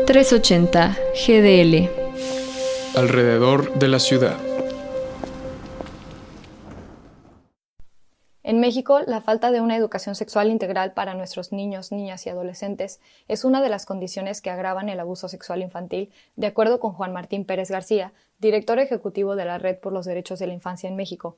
380 GDL. Alrededor de la ciudad. En México, la falta de una educación sexual integral para nuestros niños, niñas y adolescentes es una de las condiciones que agravan el abuso sexual infantil, de acuerdo con Juan Martín Pérez García, director ejecutivo de la Red por los Derechos de la Infancia en México.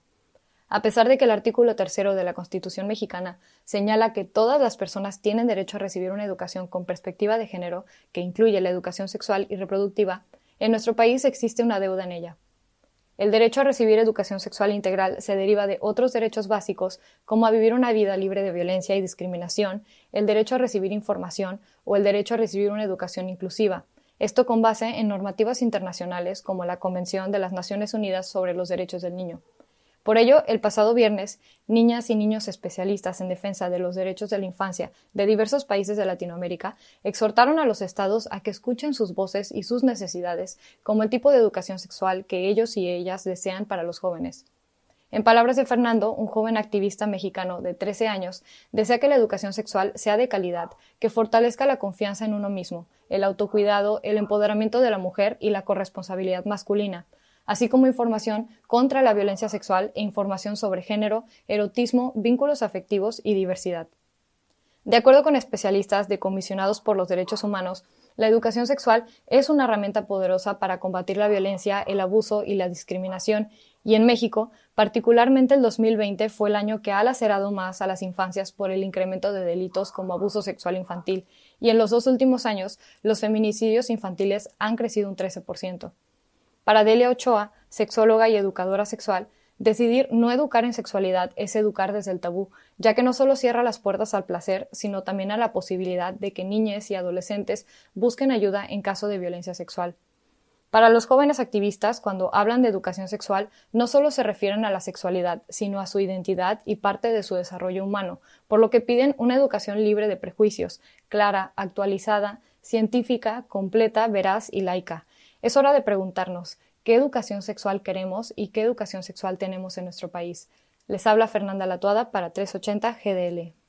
A pesar de que el artículo 3 de la Constitución mexicana señala que todas las personas tienen derecho a recibir una educación con perspectiva de género, que incluye la educación sexual y reproductiva, en nuestro país existe una deuda en ella. El derecho a recibir educación sexual integral se deriva de otros derechos básicos, como a vivir una vida libre de violencia y discriminación, el derecho a recibir información o el derecho a recibir una educación inclusiva, esto con base en normativas internacionales como la Convención de las Naciones Unidas sobre los Derechos del Niño. Por ello, el pasado viernes, niñas y niños especialistas en defensa de los derechos de la infancia de diversos países de Latinoamérica exhortaron a los estados a que escuchen sus voces y sus necesidades como el tipo de educación sexual que ellos y ellas desean para los jóvenes. En palabras de Fernando, un joven activista mexicano de 13 años, desea que la educación sexual sea de calidad, que fortalezca la confianza en uno mismo, el autocuidado, el empoderamiento de la mujer y la corresponsabilidad masculina, así como información contra la violencia sexual e información sobre género, erotismo, vínculos afectivos y diversidad. De acuerdo con especialistas de Comisionados por los Derechos Humanos, la educación sexual es una herramienta poderosa para combatir la violencia, el abuso y la discriminación, y en México, particularmente el 2020 fue el año que ha lacerado más a las infancias por el incremento de delitos como abuso sexual infantil, y en los 2 últimos años los feminicidios infantiles han crecido un 13%. Para Delia Ochoa, sexóloga y educadora sexual, decidir no educar en sexualidad es educar desde el tabú, ya que no solo cierra las puertas al placer, sino también a la posibilidad de que niñas y adolescentes busquen ayuda en caso de violencia sexual. Para los jóvenes activistas, cuando hablan de educación sexual, no solo se refieren a la sexualidad, sino a su identidad y parte de su desarrollo humano, por lo que piden una educación libre de prejuicios, clara, actualizada, científica, completa, veraz y laica. Es hora de preguntarnos, ¿qué educación sexual queremos y qué educación sexual tenemos en nuestro país? Les habla Fernanda Latuada para 380 GDL.